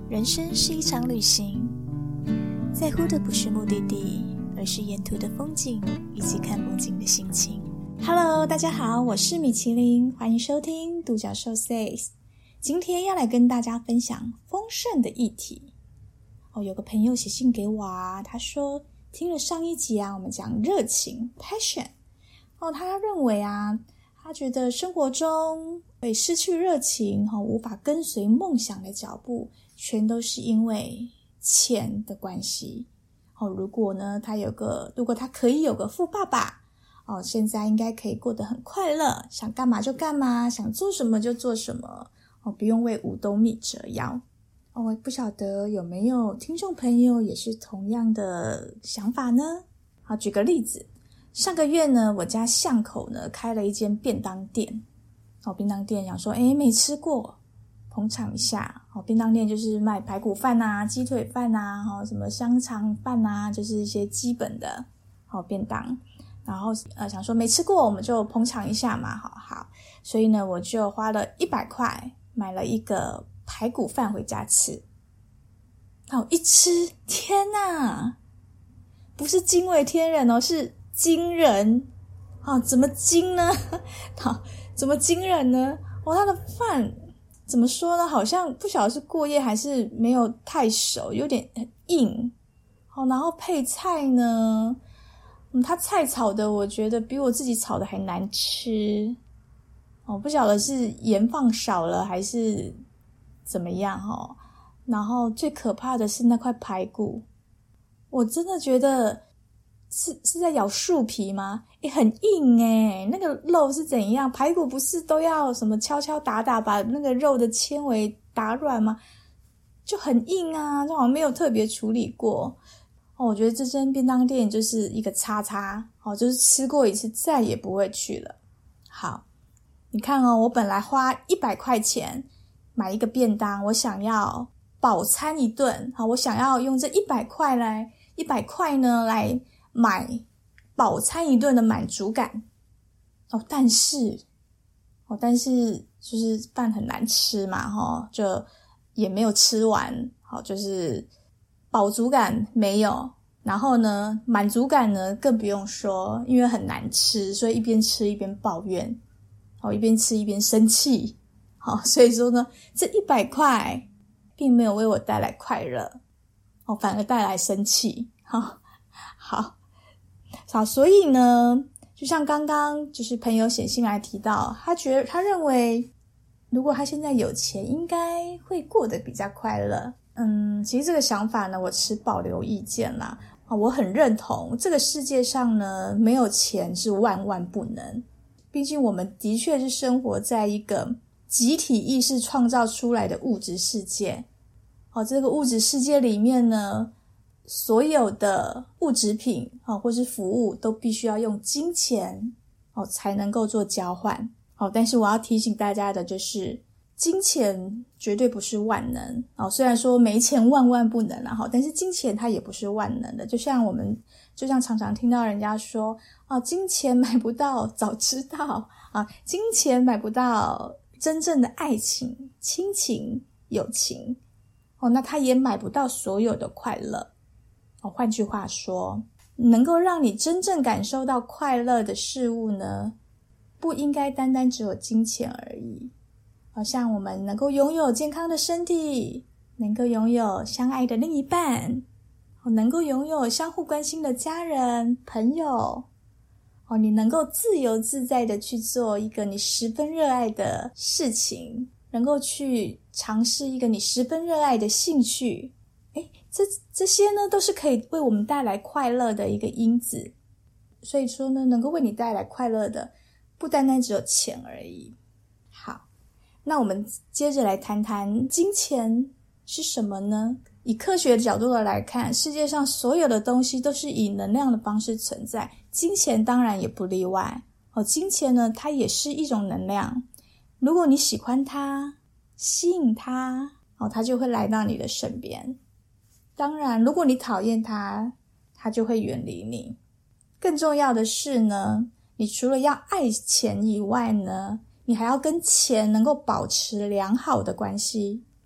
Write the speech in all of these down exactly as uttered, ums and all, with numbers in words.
人生是一场旅行，在乎的不是目的地，而是沿途的风景以及看风景的心情。Hello， 大家好，我是米其林，欢迎收听独角兽 Says。今天要来跟大家分享丰盛的议题。哦，有个朋友写信给我啊，他说听了上一集啊，我们讲热情 passion。哦，他认为啊，他觉得生活中会失去热情，哦，无法跟随梦想的脚步，全都是因为钱的关系。哦，如果呢，他有个，如果他可以有个富爸爸，哦，现在应该可以过得很快乐，想干嘛就干嘛，想做什么就做什么，哦，不用为五斗米折腰。哦，我不晓得有没有听众朋友也是同样的想法呢？好，举个例子，上个月呢，我家巷口呢开了一间便当店。哦，便当店想说，诶，没吃过，捧场一下。哦，便当店就是卖排骨饭啊、鸡腿饭啊、哦、什么香肠饭啊，就是一些基本的哦便当。然后呃想说没吃过，我们就捧场一下嘛，好好。所以呢，我就花了一百块买了一个排骨饭回家吃。好，一吃，天哪！不是惊为天人哦，是惊人。好，怎么惊呢？好，怎么惊人呢？哦，他的饭怎么说呢？好像不晓得是过夜还是没有太熟，有点硬。好，然后配菜呢，嗯，他菜炒的我觉得比我自己炒的还难吃。哦，不晓得是盐放少了还是怎么样齁。然后最可怕的是那块排骨，我真的觉得是是在咬树皮吗？诶，很硬诶，那个肉是怎样？排骨不是都要什么敲敲打打把那个肉的纤维打软吗？就很硬啊，就好像没有特别处理过。哦，我觉得这间便当店就是一个叉叉，哦，就是吃过一次再也不会去了。好，你看哦，我本来花一百块钱买一个便当，我想要饱餐一顿，好，我想要用这一百块来一百块呢来买饱餐一顿的满足感。哦，但是哦，但是就是饭很难吃嘛，齁，就也没有吃完，好，就是饱足感没有，然后呢，满足感呢更不用说，因为很难吃，所以一边吃一边抱怨，哦，一边吃一边生气，好，所以说呢，这一百块并没有为我带来快乐，哦，反而带来生气，好，好，好，所以呢，就像刚刚就是朋友写信来提到，他觉得他认为，如果他现在有钱，应该会过得比较快乐。嗯，其实这个想法呢，我持保留意见啦。啊，我很认同，这个世界上呢，没有钱是万万不能。毕竟我们的确是生活在一个集体意识创造出来的物质世界。好，这个物质世界里面呢，所有的物质品啊，或是服务都必须要用金钱哦才能够做交换。好，但是我要提醒大家的就是，金钱绝对不是万能哦。虽然说没钱万万不能啦，哈，但是金钱它也不是万能的。就像我们，就像常常听到人家说啊，金钱买不到早知道啊，金钱买不到真正的爱情、亲情、友情。哦，那他也买不到所有的快乐。哦，换句话说，能够让你真正感受到快乐的事物呢，不应该单单只有金钱而已。好像我们能够拥有健康的身体，能够拥有相爱的另一半，能够拥有相互关心的家人、朋友。哦，你能够自由自在的去做一个你十分热爱的事情，能够去尝试一个你十分热爱的兴趣，诶，这这些呢都是可以为我们带来快乐的一个因子。所以说呢，能够为你带来快乐的不单单只有钱而已。好，那我们接着来谈谈金钱是什么呢？以科学的角度来看，世界上所有的东西都是以能量的方式存在，金钱当然也不例外。哦，金钱呢，它也是一种能量。如果你喜欢它，吸引它，哦，它就会来到你的身边。当然，如果你讨厌它，它就会远离你。更重要的是呢，你除了要爱钱以外呢，你还要跟钱能够保持良好的关系。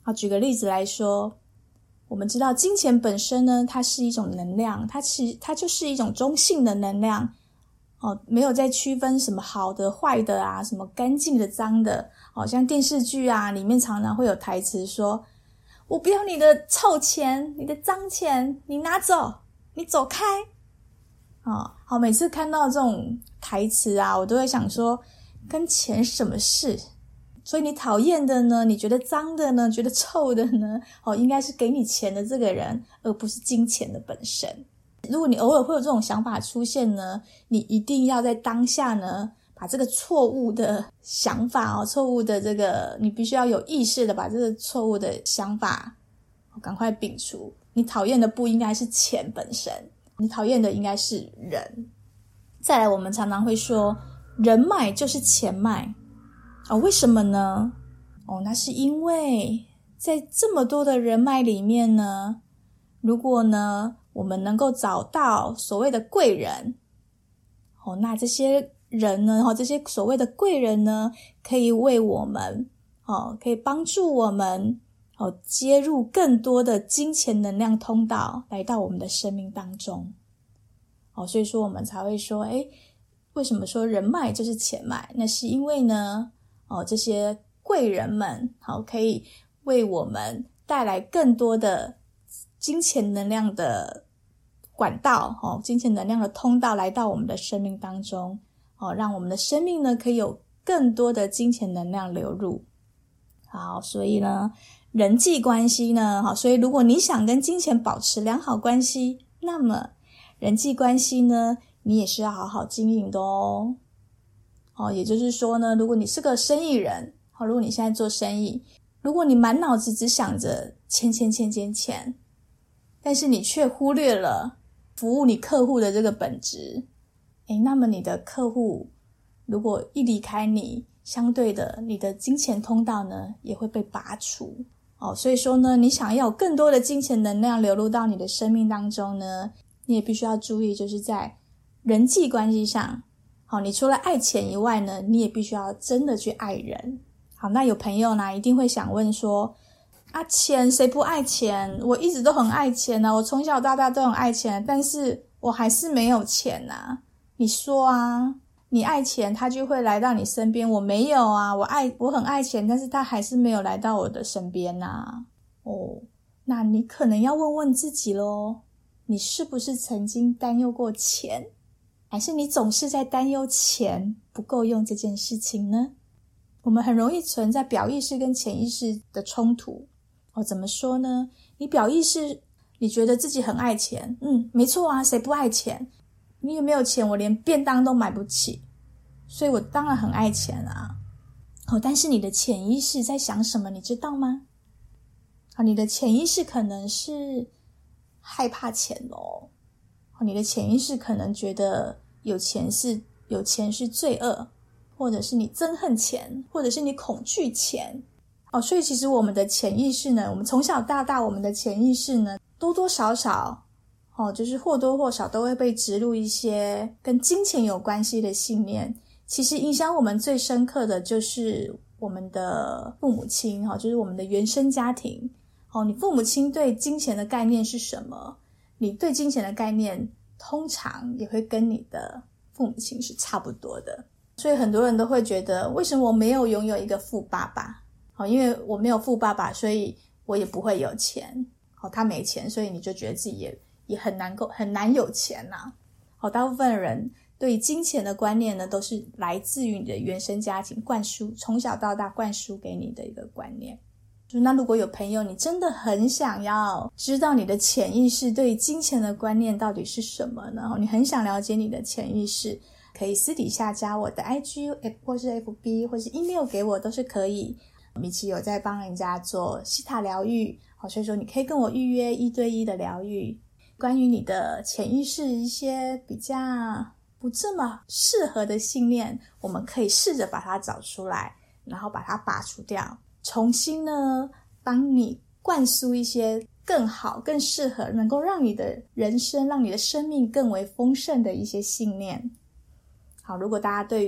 好，举个例子来说，我们知道金钱本身呢，它是一种能量，它其实它就是一种中性的能量哦，没有在区分什么好的坏的啊，什么干净的脏的，好、哦、像电视剧啊里面常常会有台词说，我不要你的臭钱，你的脏钱，你拿走，你走开。哦，好，每次看到这种台词啊，我都会想说，跟钱什么事？所以你讨厌的呢，你觉得脏的呢，觉得臭的呢，哦，应该是给你钱的这个人，而不是金钱的本身。如果你偶尔会有这种想法出现呢，你一定要在当下呢，把这个错误的想法哦，错误的这个，你必须要有意识的把这个错误的想法赶快摒除。你讨厌的不应该是钱本身，你讨厌的应该是人。再来，我们常常会说，人脉就是钱脉。哦，为什么呢？哦，那是因为在这么多的人脉里面呢，如果呢我们能够找到所谓的贵人，哦，那这些人呢，哦，这些所谓的贵人呢，可以为我们，哦，可以帮助我们，哦，接入更多的金钱能量通道来到我们的生命当中。哦，所以说我们才会说，诶，为什么说人脉就是钱脉？那是因为呢，哦，这些贵人们，好，可以为我们带来更多的金钱能量的管道，哦，金钱能量的通道来到我们的生命当中，哦，让我们的生命呢可以有更多的金钱能量流入。好，所以呢，人际关系呢，好，所以如果你想跟金钱保持良好关系，那么人际关系呢，你也是要好好经营的哦。哦，也就是说呢，如果你是个生意人，好，如果你现在做生意，如果你满脑子只想着钱钱钱钱钱，但是你却忽略了服务你客户的这个本质，诶，那么你的客户如果一离开你，相对的你的金钱通道呢也会被拔除。哦，所以说呢，你想要有更多的金钱能量流入到你的生命当中呢，你也必须要注意，就是在人际关系上，好，你除了爱钱以外呢，你也必须要真的去爱人。好，那有朋友呢一定会想问说，啊，钱谁不爱钱？我一直都很爱钱啊，我从小到大都很爱钱，但是我还是没有钱啊。你说啊，你爱钱，他就会来到你身边，我没有啊，我爱我很爱钱，但是他还是没有来到我的身边啊。哦，那你可能要问问自己咯，你是不是曾经担忧过钱？还是你总是在担忧钱不够用这件事情呢？我们很容易存在表意识跟潜意识的冲突。哦，怎么说呢？你表意识，你觉得自己很爱钱，嗯，没错啊，谁不爱钱？你有没有钱？我连便当都买不起，所以我当然很爱钱啊。哦，但是你的潜意识在想什么，你知道吗？哦，你的潜意识可能是害怕钱哦。你的潜意识可能觉得有钱是有钱是罪恶，或者是你憎恨钱，或者是你恐惧钱。哦，所以其实我们的潜意识呢，我们从小到大我们的潜意识呢，多多少少哦，就是或多或少都会被植入一些跟金钱有关系的信念。其实影响我们最深刻的就是我们的父母亲，哦，就是我们的原生家庭。哦，你父母亲对金钱的概念是什么？你对金钱的概念通常也会跟你的父母亲是差不多的。所以很多人都会觉得，为什么我没有拥有一个富爸爸？哦，因为我没有富爸爸，所以我也不会有钱。哦，他没钱，所以你就觉得自己也也很难够很难有钱啊。哦，大部分人对于金钱的观念呢，都是来自于你的原生家庭灌输，从小到大灌输给你的一个观念。那如果有朋友你真的很想要知道你的潜意识对于金钱的观念到底是什么呢？你很想了解你的潜意识，可以私底下加我的 I G 或是 F B 或是 email 给我都是可以。米奇有在帮人家做西塔疗愈，所以说你可以跟我预约一对一的疗愈，关于你的潜意识一些比较不这么适合的信念，我们可以试着把它找出来，然后把它拔除掉，重新呢帮你灌输一些更好更适合能够让你的人生让你的生命更为丰盛的一些信念。好，如果大家对于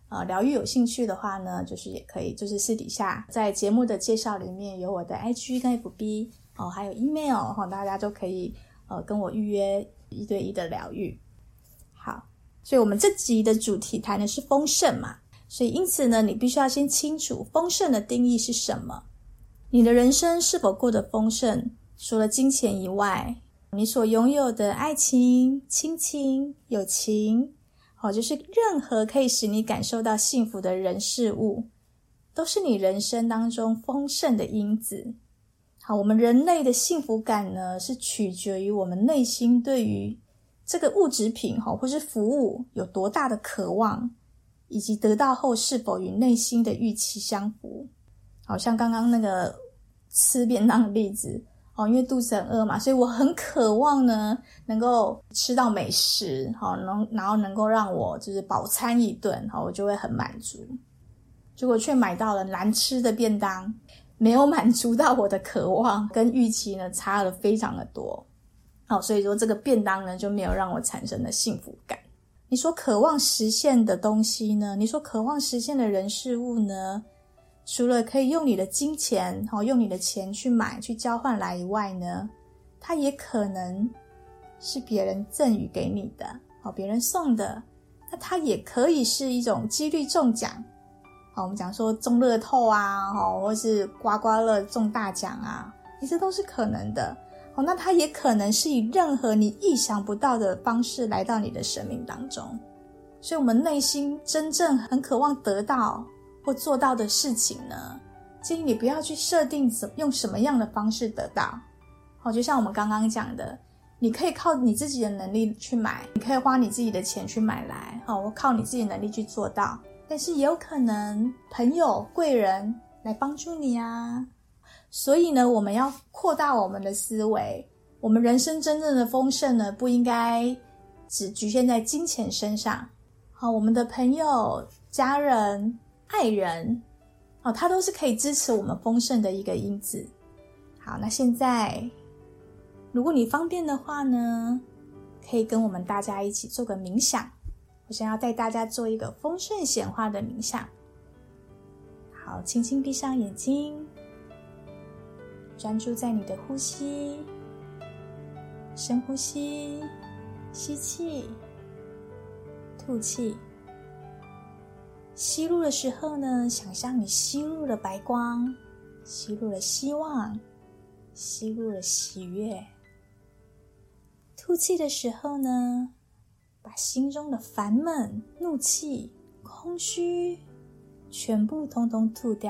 呃疗愈有兴趣的话呢，就是也可以就是私底下在节目的介绍里面有我的 I G 跟 F B 哦，还有 email 哦，大家就可以呃跟我预约一对一的疗愈。好，所以我们这集的主题谈的是丰盛嘛，所以因此呢，你必须要先清楚丰盛的定义是什么。你的人生是否过得丰盛，除了金钱以外，你所拥有的爱情、亲情、友情，哦，就是任何可以使你感受到幸福的人事物，都是你人生当中丰盛的因子。好，我们人类的幸福感呢，是取决于我们内心对于这个物质品或是服务有多大的渴望，以及得到后是否与内心的预期相符。好像刚刚那个吃便当的例子哦，因为肚子很饿嘛，所以我很渴望呢能够吃到美食，好，然后能够让我就是饱餐一顿，好，我就会很满足。结果却买到了难吃的便当，没有满足到我的渴望，跟预期呢差了非常的多。好，所以说这个便当呢就没有让我产生的幸福感。你所渴望实现的东西呢，你所渴望实现的人事物呢，除了可以用你的金钱，用你的钱去买去交换来以外呢，它也可能是别人赠予给你的，别人送的，那它也可以是一种几率中奖。我们讲说中乐透啊，或是刮刮乐中大奖啊，这都是可能的。那它也可能是以任何你意想不到的方式来到你的生命当中。所以我们内心真正很渴望得到或做到的事情呢，建议你不要去设定用什么样的方式得到。好，就像我们刚刚讲的，你可以靠你自己的能力去买，你可以花你自己的钱去买来，好，我靠你自己的能力去做到。但是也有可能朋友贵人来帮助你啊。所以呢，我们要扩大我们的思维，我们人生真正的丰盛呢，不应该只局限在金钱身上。好，我们的朋友、家人、爱人，哦，它都是可以支持我们丰盛的一个因子。好，那现在如果你方便的话呢，可以跟我们大家一起做个冥想。我想要带大家做一个丰盛显化的冥想。好，轻轻闭上眼睛，专注在你的呼吸，深呼吸，吸气，吐气。吸入的时候呢，想象你吸入了白光，吸入了希望，吸入了喜悦。吐气的时候呢，把心中的烦闷、怒气、空虚全部通通吐掉。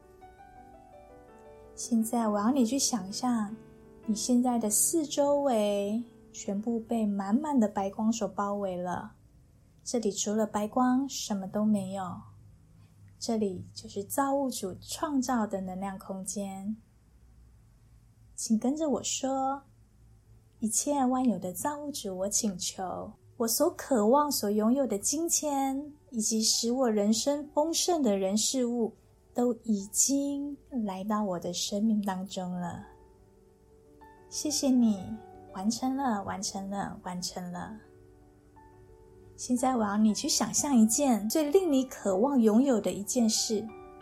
现在我要你去想象，你现在的四周围全部被满满的白光所包围了，这里除了白光什么都没有，这里就是造物主创造的能量空间。请跟着我说，一切万有的造物主，我请求，我所渴望所拥有的金钱，以及使我人生丰盛的人事物，都已经来到我的生命当中了。谢谢你，完成了，完成了，完成了。现在我要你去想象一件最令你渴望拥有的一件事。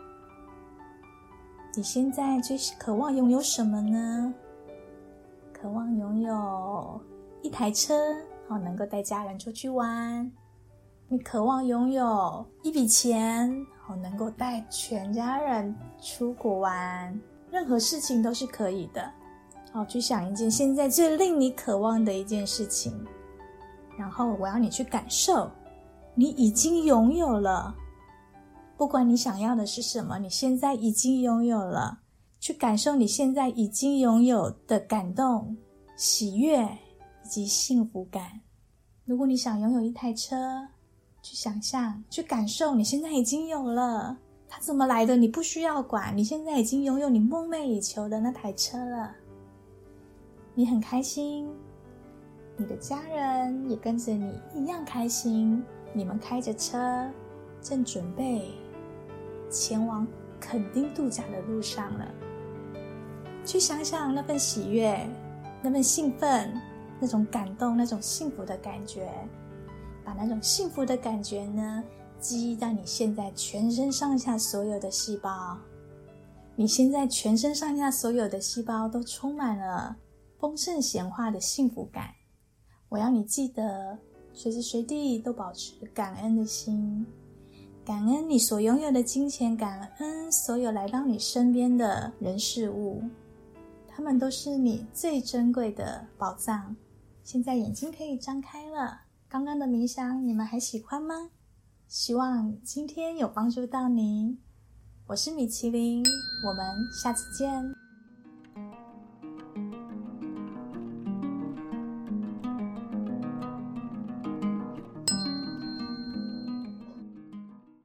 你现在最渴望拥有什么呢？渴望拥有一台车，好，能够带家人出去玩。你渴望拥有一笔钱，好，能够带全家人出国玩。任何事情都是可以的。好，去想一件现在最令你渴望的一件事情，然后我要你去感受，你已经拥有了。不管你想要的是什么，你现在已经拥有了。去感受你现在已经拥有的感动、喜悦以及幸福感。如果你想拥有一台车，去想象，去感受你现在已经有了。它怎么来的你不需要管，你现在已经拥有你梦寐以求的那台车了。你很开心，你的家人也跟着你一样开心。你们开着车，正准备前往垦丁度假的路上了。去想想那份喜悦，那份兴奋，那种感动，那种幸福的感觉。把那种幸福的感觉呢， 记忆在你现在全身上下所有的细胞。你现在全身上下所有的细胞都充满了丰盛显化的幸福感。我要你记得，随时随地都保持感恩的心，感恩你所拥有的金钱，感恩所有来到你身边的人事物，他们都是你最珍贵的宝藏。现在眼睛可以张开了，刚刚的冥想你们还喜欢吗？希望今天有帮助到您。我是米其林，我们下次见。